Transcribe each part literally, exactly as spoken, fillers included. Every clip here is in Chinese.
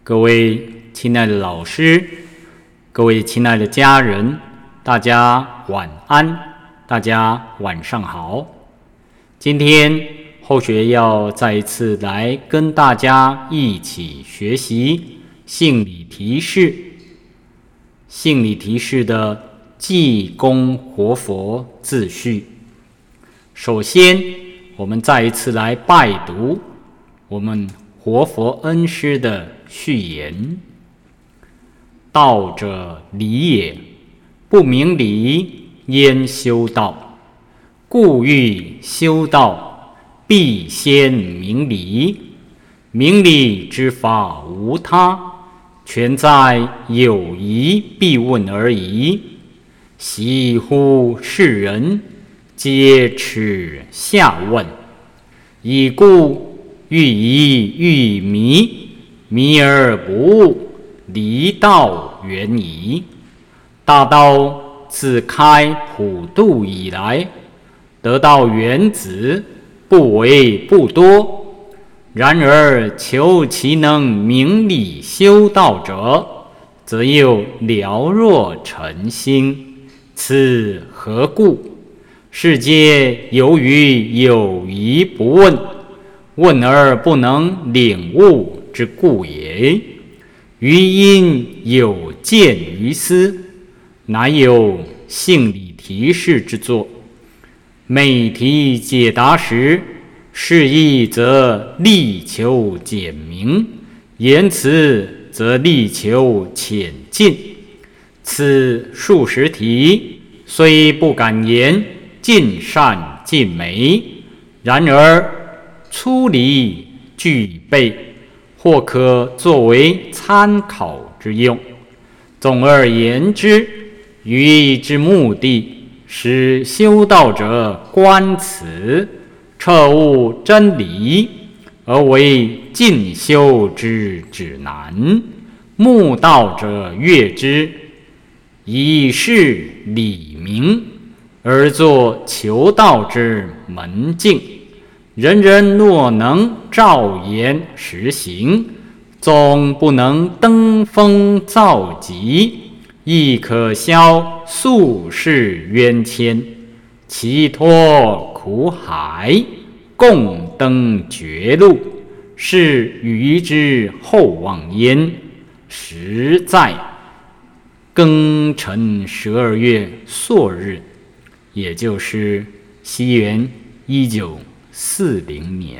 各位亲爱的老师，各位亲爱的家人，大家晚安，大家晚上好。今天后学要再一次来跟大家一起学习性理题式，性理题式的济公活佛自序。首先，我们再一次来拜读我们活佛恩师的序言：道者理也，不明理焉修道？故欲修道，必先明理。明理之法无他，全在有疑必问而已。惜乎世人，皆耻下问，已故欲疑欲迷，迷而不悟，离道远矣。大道自开普渡以来，得道原子不为不多，然而求其能明理修道者，则又寥若晨星。此何故？是皆由于有疑不问，问而不能领悟之故也。余因有见于斯，乃有性理题式之作。每题解答时，释义则力求简明，言辞则力求浅近。此数十题虽不敢言尽善尽美，然而粗理具备，或可作为参考之用。总而言之，语义之目的，使修道者观此，彻悟真理，而为进修之指南。慕道者阅之，以示理明，而作求道之门径。人人若能照言实行，总不能登峰造极，亦可消宿世冤愆，齐脱苦海，共登绝路，是愚之后望焉。实在庚辰十二月朔日，也就是西元一九四零年，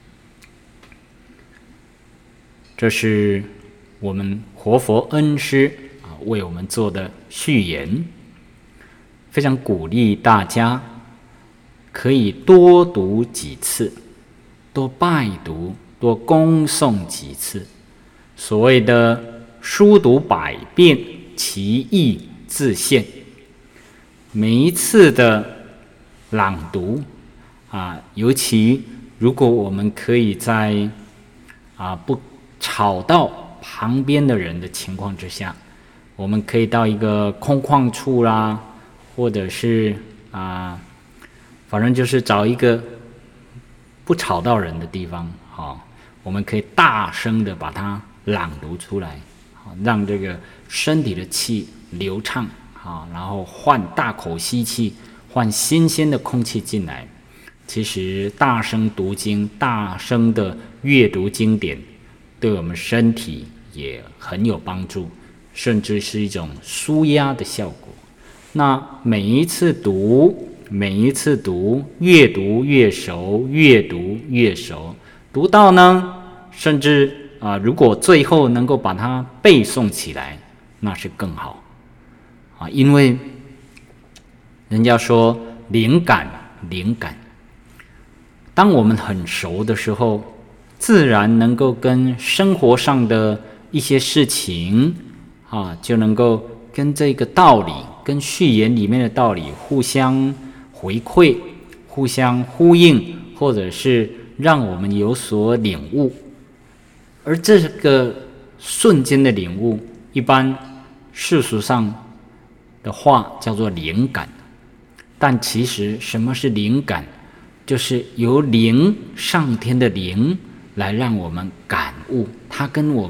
这是我们活佛恩师啊为我们做的序言，非常鼓励大家可以多读几次，多拜读，多恭诵几次。所谓的书读百遍，其义自现。每一次的朗读啊，尤其如果我们可以在啊不吵到旁边的人的情况之下，我们可以到一个空旷处啦，或者是啊，反正就是找一个不吵到人的地方，好，我们可以大声的把它朗读出来，好，让这个身体的气流畅，好，然后换大口吸气，换新鲜的空气进来。其实大声读经，大声的阅读经典，对我们身体也很有帮助，甚至是一种舒压的效果。那每一次读，每一次读，越读越熟，越读越熟，读到呢，甚至啊、呃，如果最后能够把它背诵起来，那是更好啊，因为人家说灵感，灵感。当我们很熟的时候，自然能够跟生活上的一些事情啊，就能够跟这个道理，跟序言里面的道理互相回馈，互相呼应，或者是让我们有所领悟。而这个瞬间的领悟，一般世俗上的话叫做灵感。但其实什么是灵感？就是由灵，上天的灵来让我们感悟，它跟我们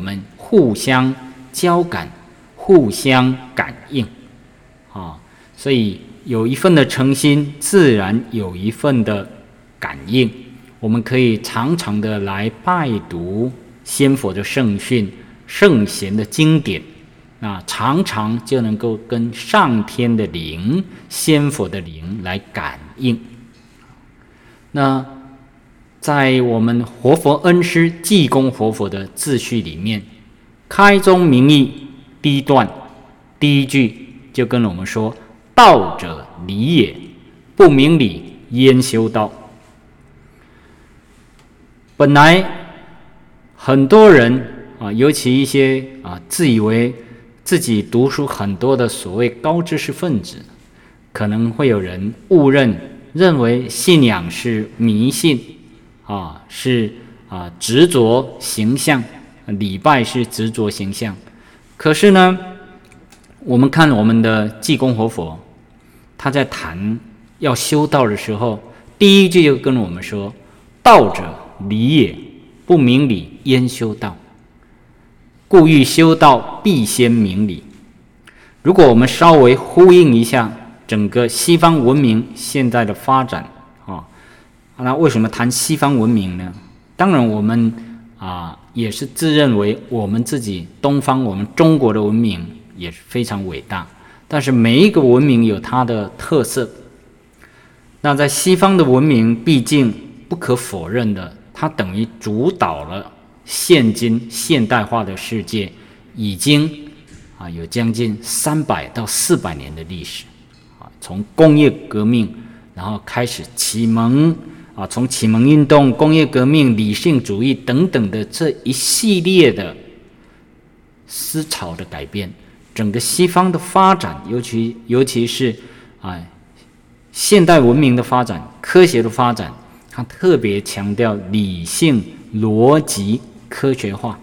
互相交感，互相感应啊。所以有一份的诚心，自然有一份的感应。我们可以常常的来拜读先佛的圣训、圣贤的经典，那常常就能够跟上天的灵、先佛的灵来感应。那在我们活佛恩师济公活佛的自序里面，开宗明义第一段第一句就跟我们说：道者理也，不明理焉修道。本来很多人啊，尤其一些啊自以为自己读书很多的所谓高知识分子，可能会有人误认认为信仰是迷信啊，是啊执着形象，礼拜是执着形象。可是呢，我们看我们的济公活佛，他在谈要修道的时候，第一句就跟我们说：道者理也，不明理焉修道？故欲修道，必先明理。如果我们稍微呼应一下整个西方文明现在的发展啊，那为什么谈西方文明呢？当然我们啊也是自认为我们自己东方，我们中国的文明也是非常伟大，但是每一个文明有它的特色。那在西方的文明，毕竟不可否认的，它等于主导了现今现代化的世界，已经啊有将近三百到四百年的历史啊，从工业革命，然后开始启蒙啊，从启蒙运动、工业革命、理性主义等等的这一系列的思潮的改变，整个西方的发展，尤其尤其是啊现代文明的发展、科学的发展，它特别强调理性、逻辑、科学化。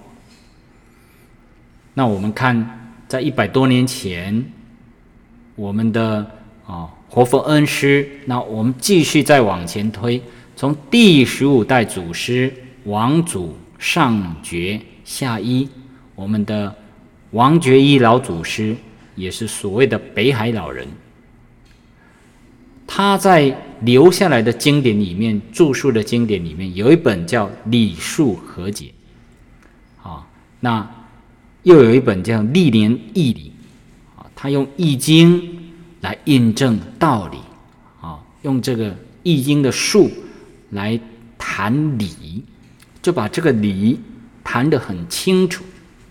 那我们看，在一百多年前，我们的啊活佛恩师，那我们继续再往前推，从第十五代祖师王祖上觉下一，我们的王觉一老祖师，也是所谓的北海老人。他在留下来的经典里面，著述的经典里面，有一本叫《理数和解》，啊，那又有一本叫《历年义理》，啊，他用《易经》来印证道理，啊，用这个《易经》的数来谈理，就把这个理谈得很清楚。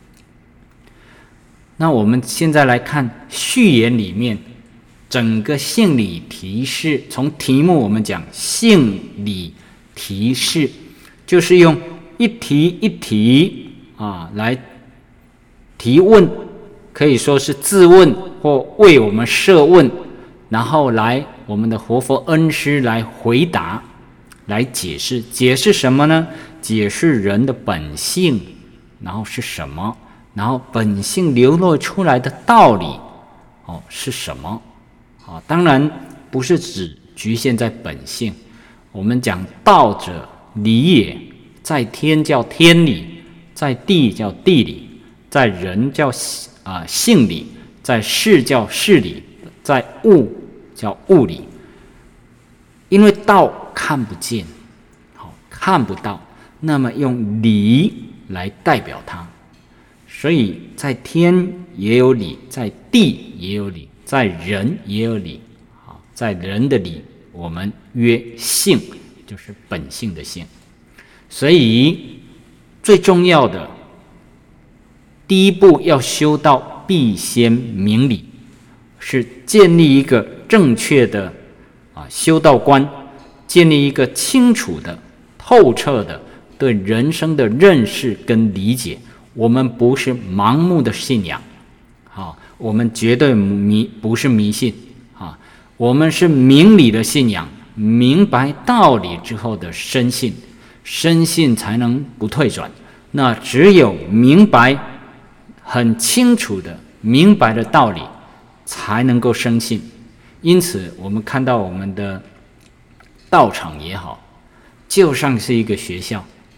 那我们现在来看序言里面。整个性理提示，从题目我们讲性理提示，就是用一题一题啊来提问，可以说是自问或为我们设问，然后来我们的活佛恩师来回答，来解释。解释什么呢？解释人的本性，然后是什么？然后本性流露出来的道理，哦是什么？啊，当然不是只局限在本性。我们讲道者理也，在天叫天理，在地叫地理，在人叫啊、呃、性理，在事叫事理，在物叫物理。因为道看不见，好看不到，那么用理来代表它。所以在天也有理，在地也有理。在人也有理，在人的理，我们曰性，就是本性的性。所以最重要的第一步要修道，必先明理，是建立一个正确的啊修道观，建立一个清楚的、透彻的对人生的认识跟理解。我们不是盲目的信仰，好。我们绝对迷不是迷信啊，我们是明理的信仰，明白道理之后的深信，深信才能不退转。那只有明白很清楚的明白的道理，才能够深信。因此，我们看到我们的道场也好，就像是一个学校，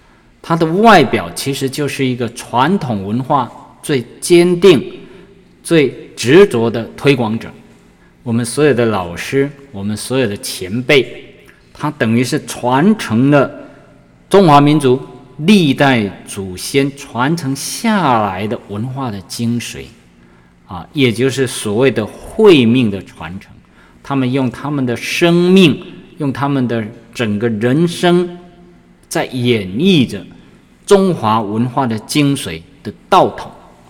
他的外表其实就是一个传统文化最坚定、最执着的推广者。我们所有的老师，我们所有的前辈，他等于是传承了中华民族历代祖先传承下来的文化的精髓啊，也就是所谓的慧命的传承。他们用他们的生命，用他们的整个人生，在演绎着中华文化的精髓的道统。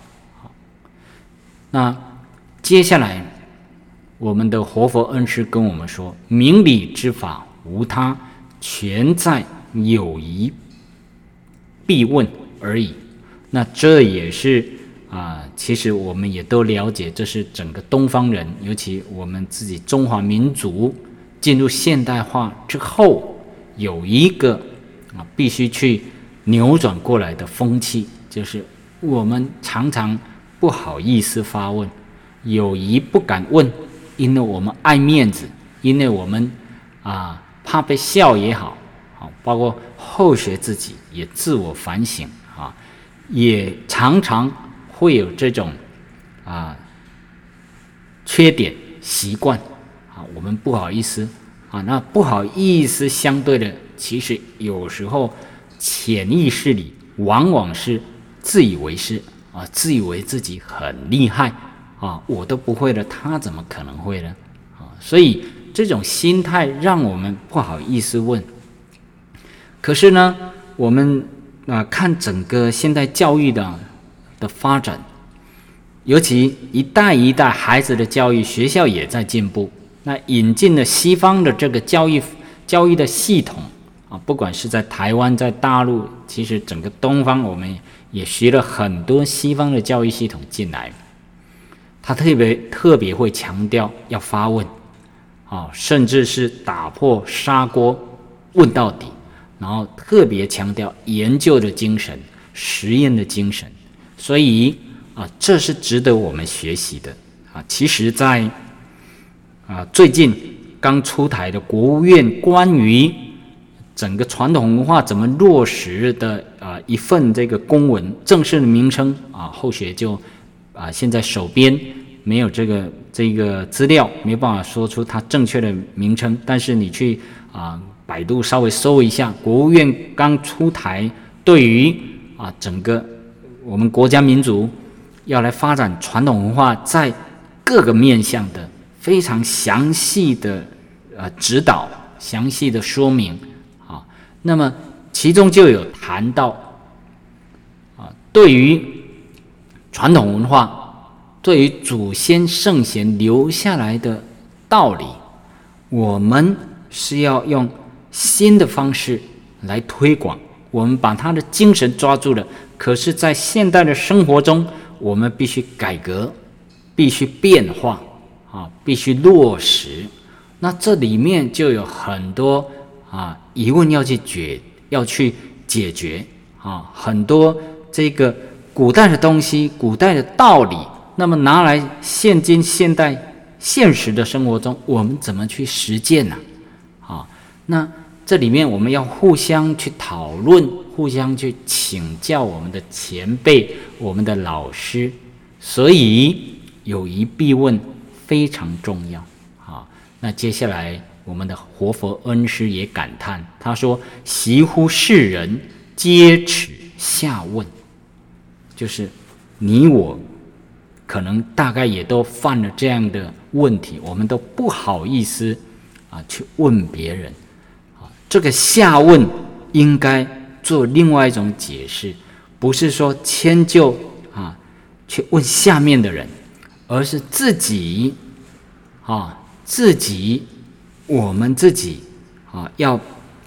那接下来，我们的活佛恩师跟我们说：明理之法无他，全在有疑必问而已。那这也是啊、呃，其实我们也都了解，这是整个东方人，尤其我们自己中华民族进入现代化之后，有一个啊必须去扭转过来的风气，就是我们常常不好意思发问，有疑不敢问，因为我们爱面子，因为我们啊怕被笑也好，好，包括后学自己也自我反省啊，也常常会有这种啊缺点习惯啊，我们不好意思啊，那不好意思相对的，其实有时候潜意识里往往是自以为是啊，自以为自己很厉害啊，我都不会了，他怎么可能会呢？啊，所以这种心态让我们不好意思问。可是呢，我们啊看整个现代教育的的发展，尤其一代一代孩子的教育，学校也在进步。那引进了西方的这个教育教育的系统啊，不管是在台湾，在大陆，其实整个东方我们也学了很多西方的教育系统进来。他特别特别会强调要发问啊，甚至是打破砂锅问到底，然后特别强调研究的精神、实验的精神。所以啊，这是值得我们学习的啊。其实在啊最近刚出台的国务院关于整个传统文化怎么落实的啊一份这个公文，正式的名称啊，后学就啊现在手边没有这个这个资料，没办法说出它正确的名称，但是你去啊百度稍微搜一下，国务院刚出台对于啊整个我们国家民族要来发展传统文化，在各个面向的非常详细的呃指导、详细的说明啊。那么其中就有谈到啊，对于传统文化，对于祖先圣贤留下来的道理，我们是要用新的方式来推广。我们把他的精神抓住了，可是在现代的生活中，我们必须改革，必须变化啊，必须落实。那这里面就有很多啊疑问要去解，要去解决啊，很多这个古代的东西、古代的道理，那么拿来现今现代现实的生活中，我们怎么去实践呢？啊，那这里面我们要互相去讨论，互相去请教我们的前辈、我们的老师，所以有疑必问非常重要啊。那接下来我们的活佛恩师也感叹，他说：“习乎世人，皆耻下问。”就是你我可能大概也都犯了这样的问题，我们都不好意思啊去问别人。这个下问应该做另外一种解释，不是说迁就啊去问下面的人，而是自己啊自己我们自己啊要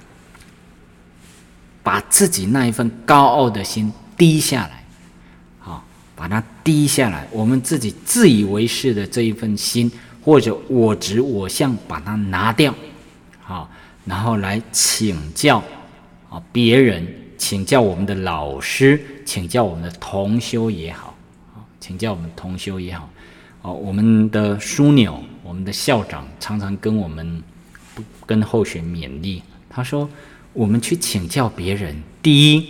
把自己那一份高傲的心低下来，啊把它低下来，我们自己自以为是的这一份心，或者我执我相，把它拿掉，啊。然后来请教啊别人，请教我们的老师，请教我们的同修也好，啊，请教我们同修也好，哦，我们的枢纽，我们的校长常常跟我们跟后学勉励，他说：我们去请教别人，第一，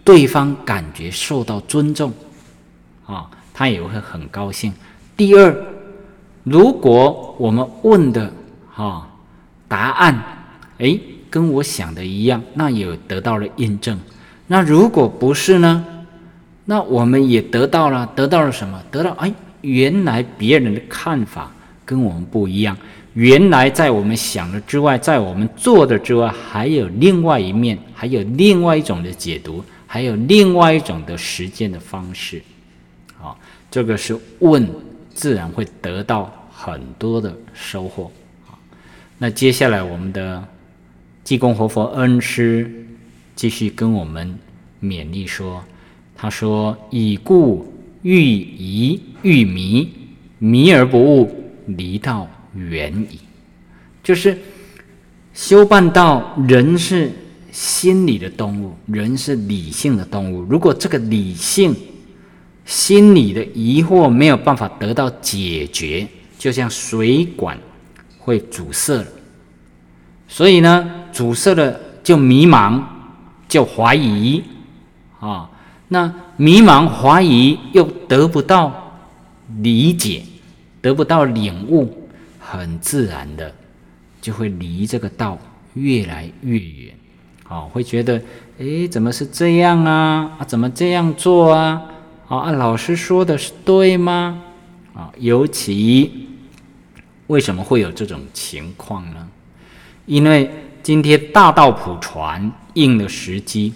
对方感觉受到尊重啊，他也会很高兴。第二，如果我们问的啊答案，诶，跟我想的一样，那也得到了印证。那如果不是呢？那我们也得到了，得到了什么？得到哎，原来别人的看法跟我们不一样。原来在我们想的之外，在我们做的之外，还有另外一面，还有另外一种的解读，还有另外一种的实践的方式。好，这个是问，自然会得到很多的收获。好，那接下来我们的济公活佛恩师继续跟我们勉励说，他说：“已故欲疑欲迷，迷而不悟，离道远矣。”就是修办道，人是心理的动物，人是理性的动物。如果这个理性、心理的疑惑没有办法得到解决，就像水管会阻塞了，所以呢，阻塞了就迷茫，就怀疑啊。那迷茫怀疑又得不到理解，得不到领悟，很自然的就会离这个道越来越远。哦，会觉得，诶，怎么是这样啊？啊，怎么这样做啊？啊，老师说的是对吗？啊，尤其为什么会有这种情况呢？因为今天大道普传应了时机。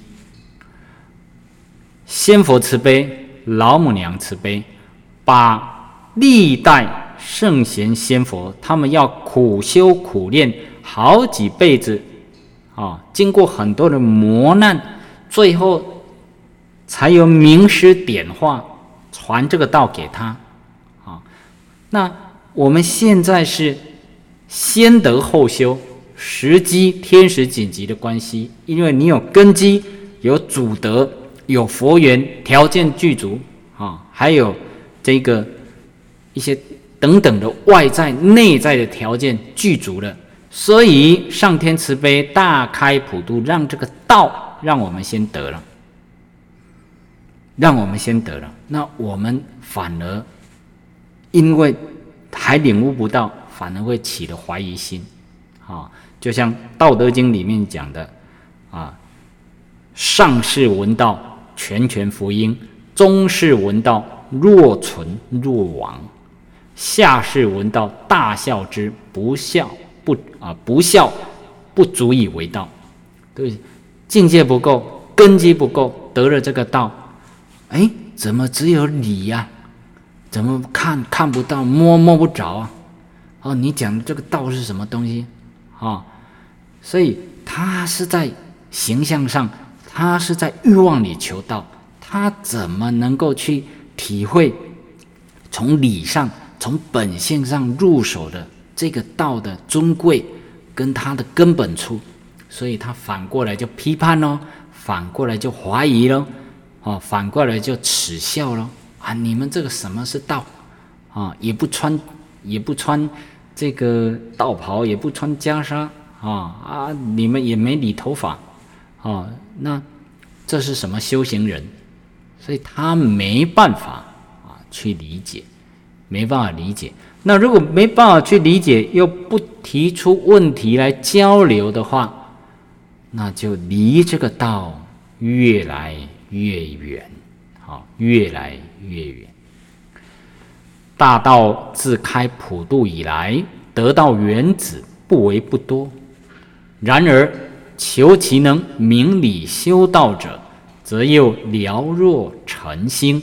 仙佛慈悲，老母娘慈悲，把历代圣贤仙佛他们要苦修苦练好几辈子啊，经过很多的磨难，最后才有名师点化传这个道给他啊。那我们现在是先得后修，时机天时紧急的关系，因为你有根基，有祖德，有佛缘，条件具足啊，还有这个一些等等的外在内在的条件具足了，所以上天慈悲，大开普度，让这个道让我们先得了，让我们先得了。那我们反而因为还领悟不到，反而会起了怀疑心啊。就像《道德经》里面讲的啊，上士闻道，全权福音；中士闻道，若存若亡；下士闻道，大笑之，不笑不啊不笑不足以为道。对，境界不够，根基不够，得了这个道，哎，怎么只有理呀、啊？怎么看看不到，摸摸不着啊？哦，你讲的这个道是什么东西啊、哦？所以他是在形象上，他是在欲望里求道，他怎么能够去体会从理上、从本性上入手的这个道的尊贵跟它的根本处？所以他反过来就批判咯，反过来就怀疑咯，哦，反过来就耻笑咯。啊，你们这个什么是道啊？也不穿，也不穿这个道袍，也不穿袈裟啊啊！你们也没理头发啊，那这是什么修行人？所以他没办法啊去理解，没办法理解。那如果没办法去理解，又不提出问题来交流的话，那就离这个道越来越远。好，越来越远。大道自开普度以来，得道原子不为不多。然而，求其能明理修道者，则又寥若晨星。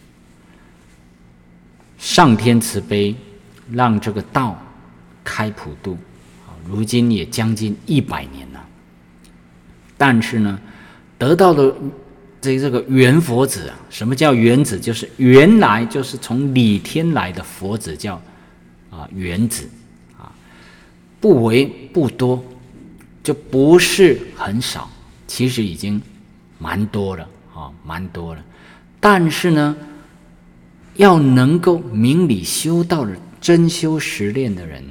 上天慈悲，让这个道开普度，如今也将近一百年了。但是呢，得到的这这个原佛子啊，什么叫原子？就是原来就是从理天来的佛子叫啊原子啊，不为不多，就不是很少，其实已经蛮多了啊，蛮多了。但是呢，要能够明理修道的真修实练的人，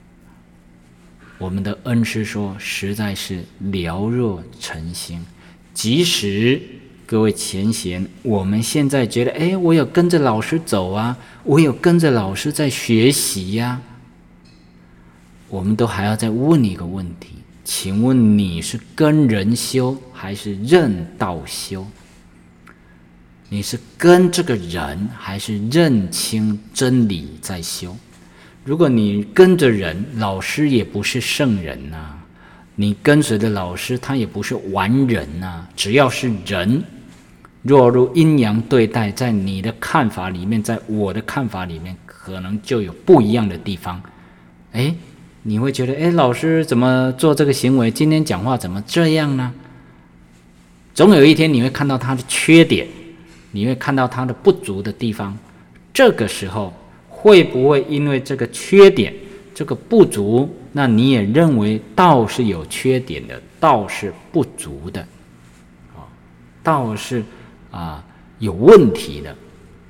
我们的恩师说，实在是寥若晨星。 即使各位前贤，我们现在觉得，哎，我有跟着老师走啊，我有跟着老师在学习呀、啊，我们都还要再问一个问题，请问你是跟人修还是认道修？你是跟这个人还是认清真理在修？如果你跟着人，老师也不是圣人呐、啊，你跟随的老师他也不是完人呐、啊，只要是人，若如阴阳对待，在你的看法里面，在我的看法里面，可能就有不一样的地方。哎，你会觉得，哎，老师怎么做这个行为？今天讲话怎么这样呢？总有一天你会看到他的缺点，你会看到他的不足的地方。这个时候，会不会因为这个缺点、这个不足，那你也认为道是有缺点的，道是不足的，道是啊有问题的？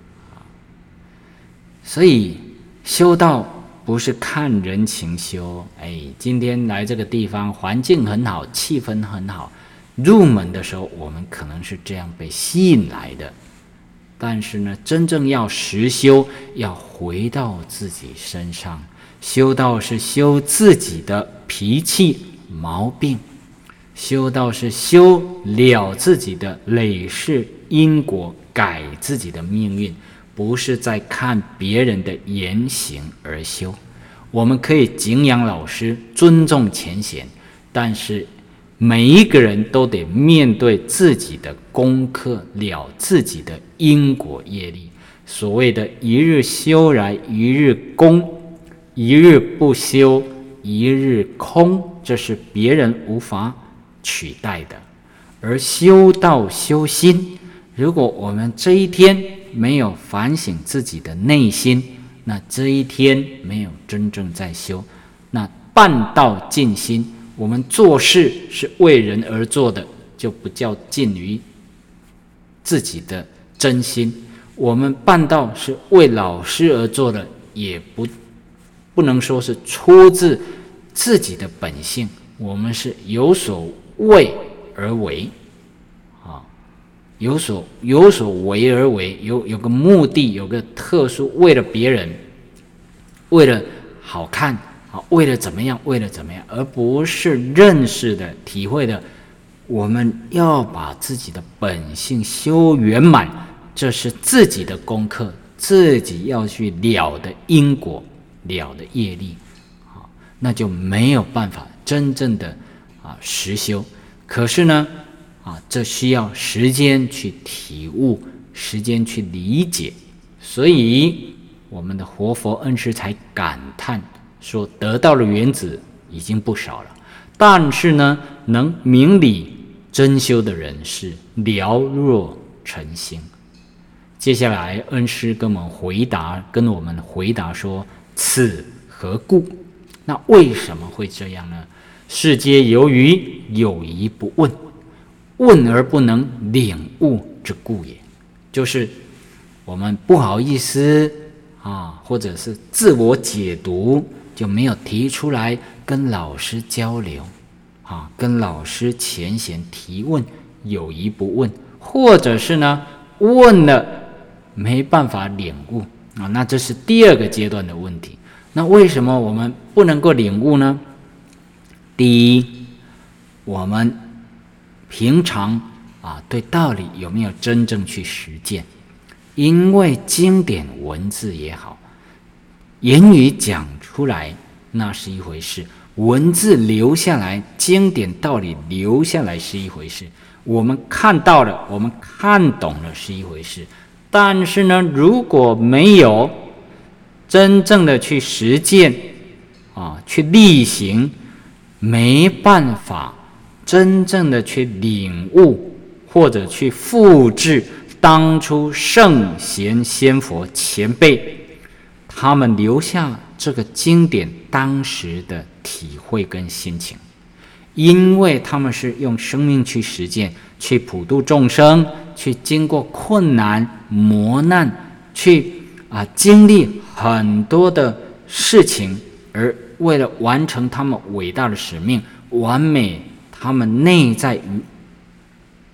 所以修道不是看人情修。哎，今天来这个地方，环境很好，气氛很好，入门的时候我们可能是这样被吸引来的。但是呢，真正要实修，要回到自己身上。修道是修自己的脾气毛病，修道是修了自己的累世因果，改自己的命运，不是在看别人的言行而修。我们可以敬仰老师，尊重前贤，但是每一个人都得面对自己的功课，了自己的因果业力。所谓的一日修来一日功，一日不修一日空，这是别人无法取代的。而修道修心，如果我们这一天没有反省自己的内心，那这一天没有真正在修。那半道尽心，我们做事是为人而做的，就不叫尽于自己的真心。我们办道是为老师而做的，也不不能说是出自自己的本性。我们是有所为而为，啊，有所有所为而为，有有个目的，有个特殊，为了别人，为了好看。好，为了怎么样？为了怎么样？而不是认识的、体会的。我们要把自己的本性修圆满，这是自己的功课，自己要去了的因果，了的业力，啊，那就没有办法真正的啊实修。可是呢，啊，这需要时间去体悟，时间去理解。所以，我们的活佛恩师才感叹说，得到的原子已经不少了，但是呢，能明理真修的人是了若晨星。接下来恩师跟我们回答，跟我们回答说，此何故？那为什么会这样呢？世皆由于有疑不问，问而不能领悟之故也。就是我们不好意思啊，或者是自我解读，就没有提出来跟老师交流啊，跟老师前贤提问，有疑不问，或者是呢问了没办法领悟啊，那这是第二个阶段的问题。那为什么我们不能够领悟呢？第一，我们平常啊对道理有没有真正去实践？因为经典文字也好，言语讲出来那是一回事，文字留下来，经典道理留下来是一回事，我们看到了，我们看懂了是一回事。但是呢，如果没有真正的去实践啊，去力行，没办法真正的去领悟，或者去复制当初圣贤先佛前辈他们留下这个经典当时的体会跟心情，因为他们是用生命去实践，去普度众生，去经过困难磨难，去啊经历很多的事情，而为了完成他们伟大的使命，完美他们内在于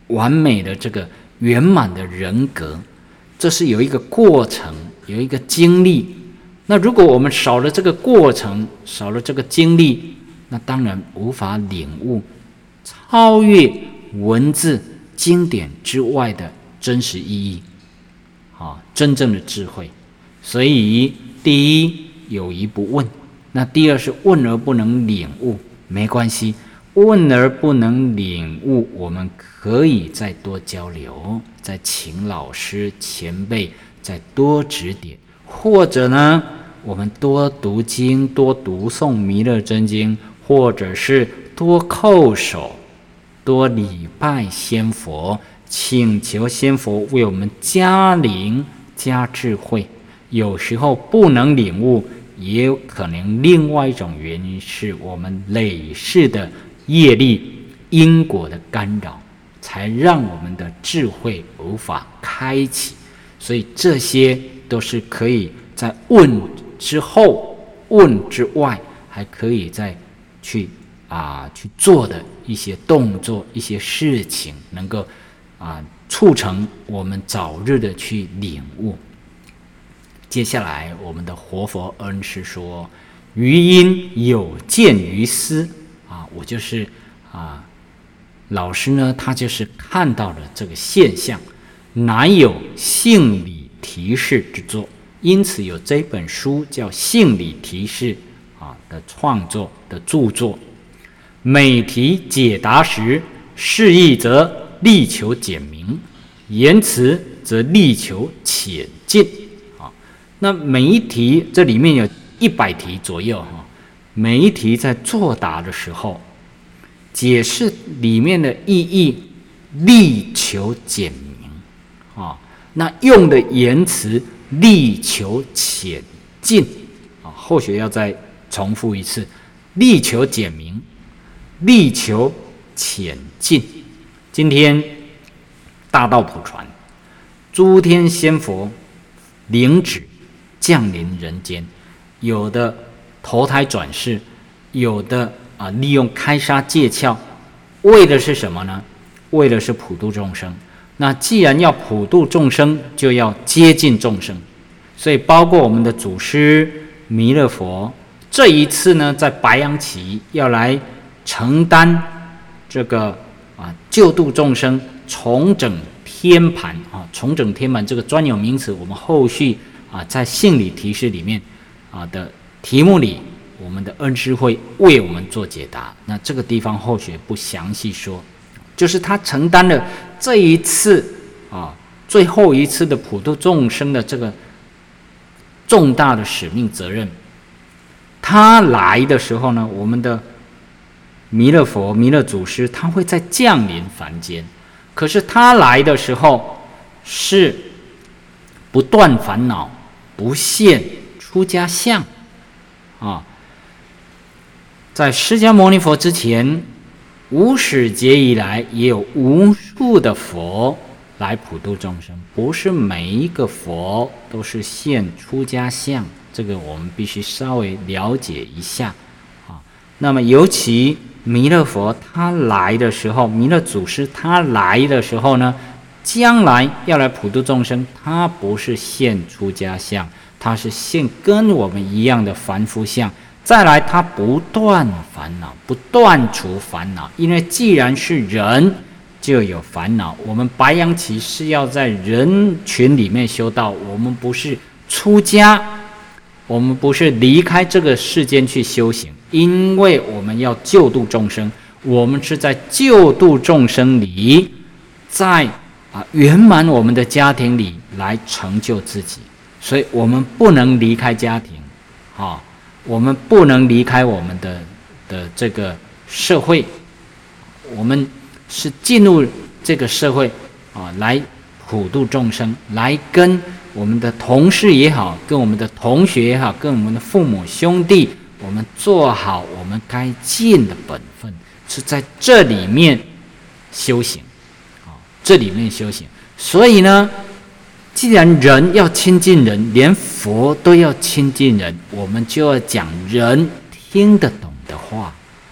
完美的这个圆满的人格，这是有一个过程，有一个经历。那如果我们少了这个过程，少了这个经历，那当然无法领悟超越文字经典之外的真实意义，啊，真正的智慧。所以第一，有疑不问，那第二是问而不能领悟，没关系，问而不能领悟，我们可以再多交流，再请老师前辈再多指点，或者呢，我们多读经，多读诵弥勒真经，或者是多叩首，多礼拜仙佛，请求仙佛为我们加灵加智慧。有时候不能领悟，也有可能另外一种原因是我们累世的业力因果的干扰，才让我们的智慧无法开启。所以这些都是可以在问之后、问之外，还可以再去啊去做的一些动作、一些事情，能够啊促成我们早日的去领悟。接下来我们的活佛恩师说，余因有见于思啊，我就是啊老师呢，他就是看到了这个现象，乃有性理提示之作，因此有这本书叫性理提示啊的创作的著作。每题解答时，释义则力求简明，言辞则力求浅近。那每一题这里面有一百题左右哈，每一题在作答的时候，解释里面的意义，力求简明啊，那用的言辞力求浅近啊，后学要再重复一次，力求简明，力求浅近。今天大道普传，诸天仙佛领旨降临人间，有的投胎转世，有的啊利用开沙戒窍，为的是什么呢？为的是普度众生。那既然要普度众生，就要接近众生，所以包括我们的祖师弥勒佛，这一次呢，在白羊期要来承担这个啊救度众生、重整天盘啊，重整天盘这个专有名词，我们后续啊在性理提示里面啊的题目里，我们的恩师会为我们做解答。那这个地方后学不详细说，就是他承担了这一次啊最后一次的普度众生的这个重大的使命责任。他来的时候呢，我们的弥勒佛、弥勒祖师，他会再降临凡间。可是他来的时候是不断烦恼，不现出家相啊。在释迦牟尼佛之前，无始劫以来也有无数的佛来普度众生，不是每一个佛都是现出家相，这个我们必须稍微了解一下啊。那么尤其弥勒佛他来的时候，弥勒祖师他来的时候呢，将来要来普度众生，他不是现出家相，他是现跟我们一样的凡夫相。再来，他不断烦恼，不断除烦恼，因为既然是人，就有烦恼。我们白羊期是要在人群里面修道，我们不是出家，我们不是离开这个世间去修行，因为我们要救度众生，我们是在救度众生里，在啊圆满我们的家庭里来成就自己，所以我们不能离开家庭，啊。我们不能离开我们的的这个社会，我们是进入这个社会啊，来普度众生，来跟我们的同事也好，跟我们的同学也好，跟我们的父母兄弟，我们做好我们该尽的本分，是在这里面修行啊，这里面修行。所以呢，既然人要亲近人，连佛都要亲近人，我们就要讲人听得懂的话，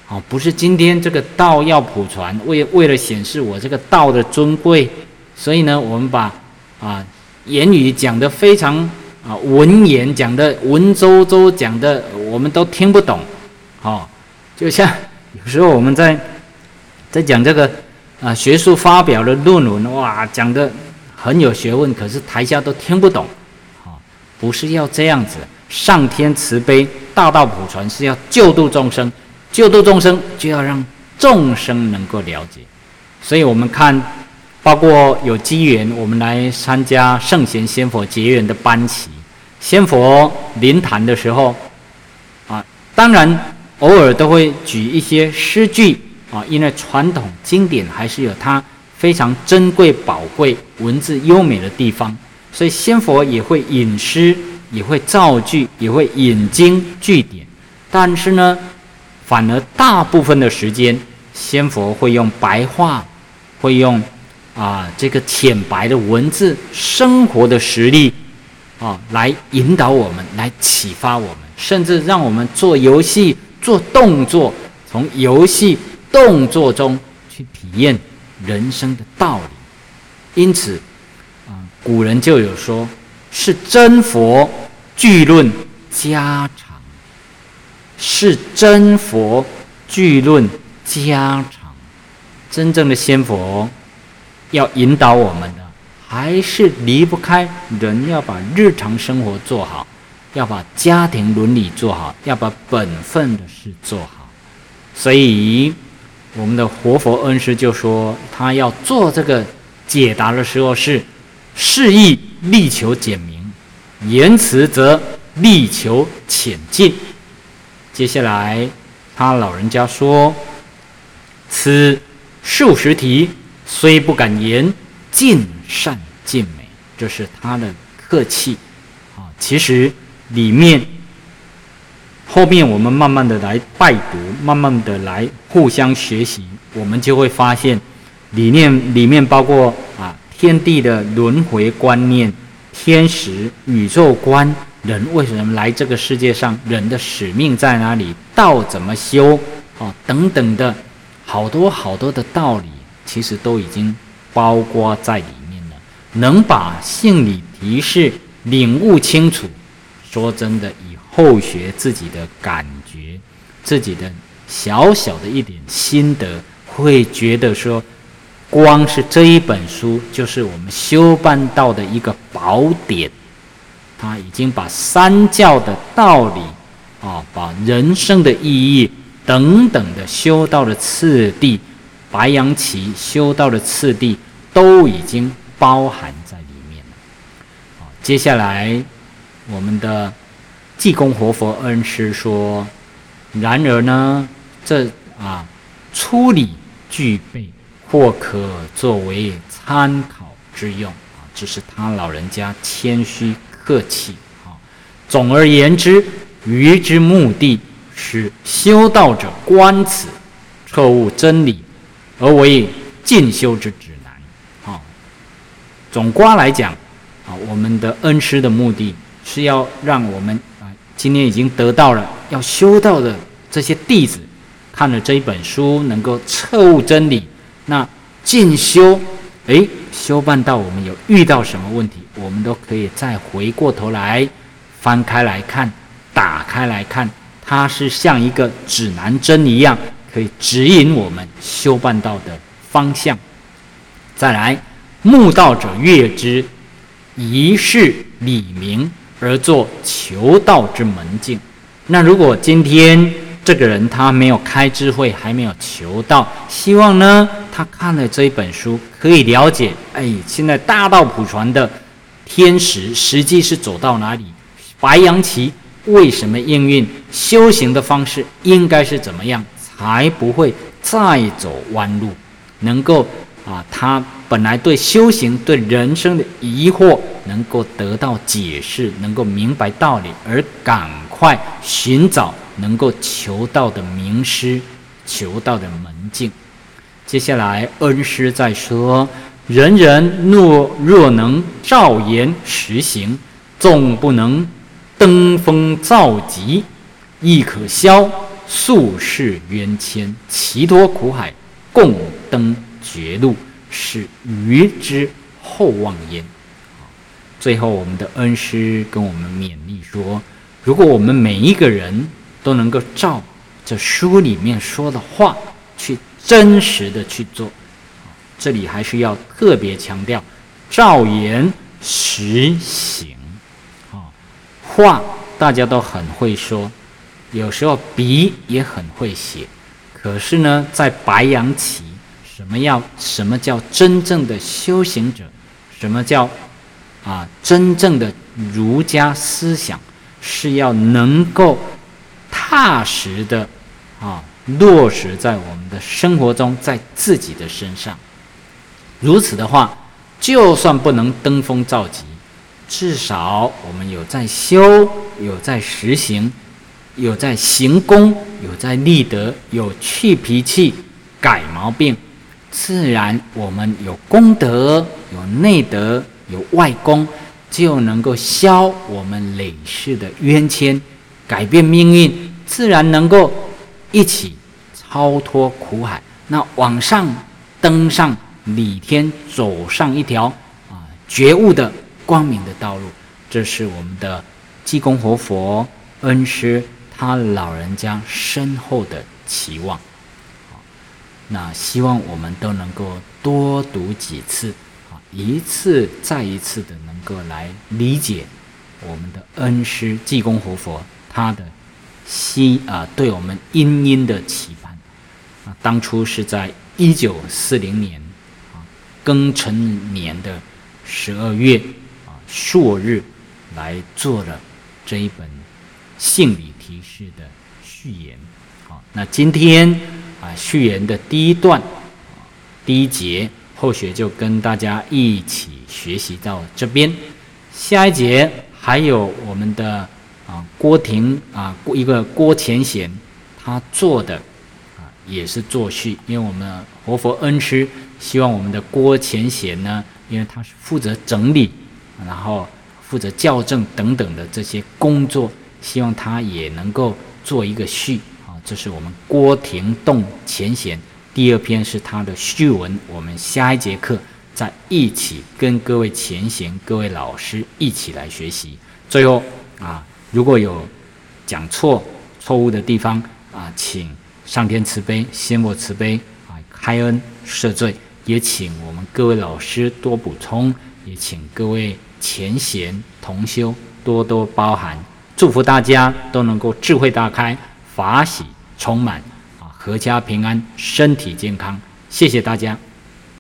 哦，不是今天这个道要普传，为为了显示我这个道的尊贵，所以呢，我们把啊言语讲得非常啊文言，讲的文绉绉，讲的我们都听不懂。哦，就像有时候我们在在讲这个啊学术发表的论文，哇，讲的很有学问，可是台下都听不懂。哦，不是要这样子，上天慈悲，大道普传是要救度众生。救度众生，就要让众生能够了解。所以我们看，包括有机缘，我们来参加圣贤仙佛结缘的班期，仙佛临坛的时候，啊，当然偶尔都会举一些诗句啊，因为传统经典还是有它非常珍贵、宝贵、文字优美的地方，所以仙佛也会引诗，也会造句，也会引经据典，但是呢，反而大部分的时间，仙佛会用白话，会用啊这个浅白的文字、生活的实例啊来引导我们，来启发我们，甚至让我们做游戏、做动作，从游戏动作中去体验人生的道理。因此啊，古人就有说，是真佛具论家常。是真佛具论家常，真正的仙佛要引导我们的，还是离不开人要把日常生活做好，要把家庭伦理做好，要把本分的事做好。所以我们的活佛恩师就说，他要做这个解答的时候是示意力求简明，言辞则力求浅近。接下来他老人家说，此数十题虽不敢言，尽善尽美，这是他的客气啊。其实里面后面我们慢慢的来拜读，慢慢的来互相学习，我们就会发现里面里面包括啊天地的轮回观念、天时宇宙观，人为什么来这个世界上，人的使命在哪里，道怎么修啊等等的好多好多的道理，其实都已经包括在里面了。能把性理题示领悟清楚，说真的，以后学自己的感觉，自己的小小的一点心得，会觉得说，光是这一本书就是我们修办道的一个宝典。他已经把三教的道理啊，把人生的意义等等的修道的次第，白羊旗修道的次第都已经包含在里面了。啊，接下来我们的济公活佛恩师说，然而呢，这啊粗理具备，或可作为参考之用啊，这是他老人家谦虚客气啊。总而言之，于之目的是修道者观此，彻悟真理，而为进修之指南。啊，总括来讲啊，我们的恩师的目的是要让我们啊，今天已经得到了要修道的这些弟子，看了这一本书，能够彻悟真理。那进修，诶，修办道我们有遇到什么问题，我们都可以再回过头来翻开来看，打开来看，它是像一个指南针一样，可以指引我们修办道的方向。再来，慕道者悦之，以是理明而作求道之门径。那如果今天这个人他没有开智慧，还没有求道，希望呢他看了这一本书可以了解，哎，现在大道普传的天时实际是走到哪里，白羊旗为什么应运，修行的方式应该是怎么样，才不会再走弯路，能够啊他本来对修行对人生的疑惑能够得到解释，能够明白道理，而赶快寻找能够求道的名师，求道的门径。接下来恩师在说，人人若若能照言实行，纵不能登峰造极，亦可消宿世冤牵，其脱苦海，共登绝路，是愚之后望焉。最后，我们的恩师跟我们勉励说，如果我们每一个人都能够照这书里面说的话去真实的去做，这里还是要特别强调照言实行。话大家都很会说，有时候笔也很会写，可是呢，在白羊期，什么要什么叫真正的修行者？什么叫啊真正的儒家思想？是要能够踏实的啊落实在我们的生活中，在自己的身上。如此的话，就算不能登峰造极，至少我们有在修，有在实行，有在行功，有在立德，有去脾气，改毛病，自然我们有功德，有内德，有外功，就能够消我们累世的冤牵，改变命运，自然能够一起超脱苦海，那往上登上理天，走上一条啊觉悟的光明的道路。这是我们的济公活佛恩师他老人家深厚的期望。那希望我们都能够多读几次，一次再一次的能够来理解我们的恩师济公活佛他的希啊对我们殷殷的期盼。啊，当初是在一九四零年啊庚辰年的十二月啊朔日来做了这一本信理题示的序言。好，那今天啊序言的第一段、啊、第一节，后学就跟大家一起学习到这边。下一节还有我们的啊郭廷啊一个郭乾贤他做的啊也是作序，因为我们活佛恩师希望我们的郭乾贤呢，因为他是负责整理，然后负责校正等等的这些工作，希望他也能够做一个序啊。这是我们郭廷栋乾贤，第二篇是他的序文，我们下一节课再一起跟各位乾贤、各位老师一起来学习。最后啊，如果有讲错、错误的地方啊，请上天慈悲、仙佛慈悲啊，开恩赦罪，也请我们各位老师多补充，也请各位乾贤同修多多包涵，祝福大家都能够智慧大开，法喜充满啊，阖家平安，身体健康。谢谢大家。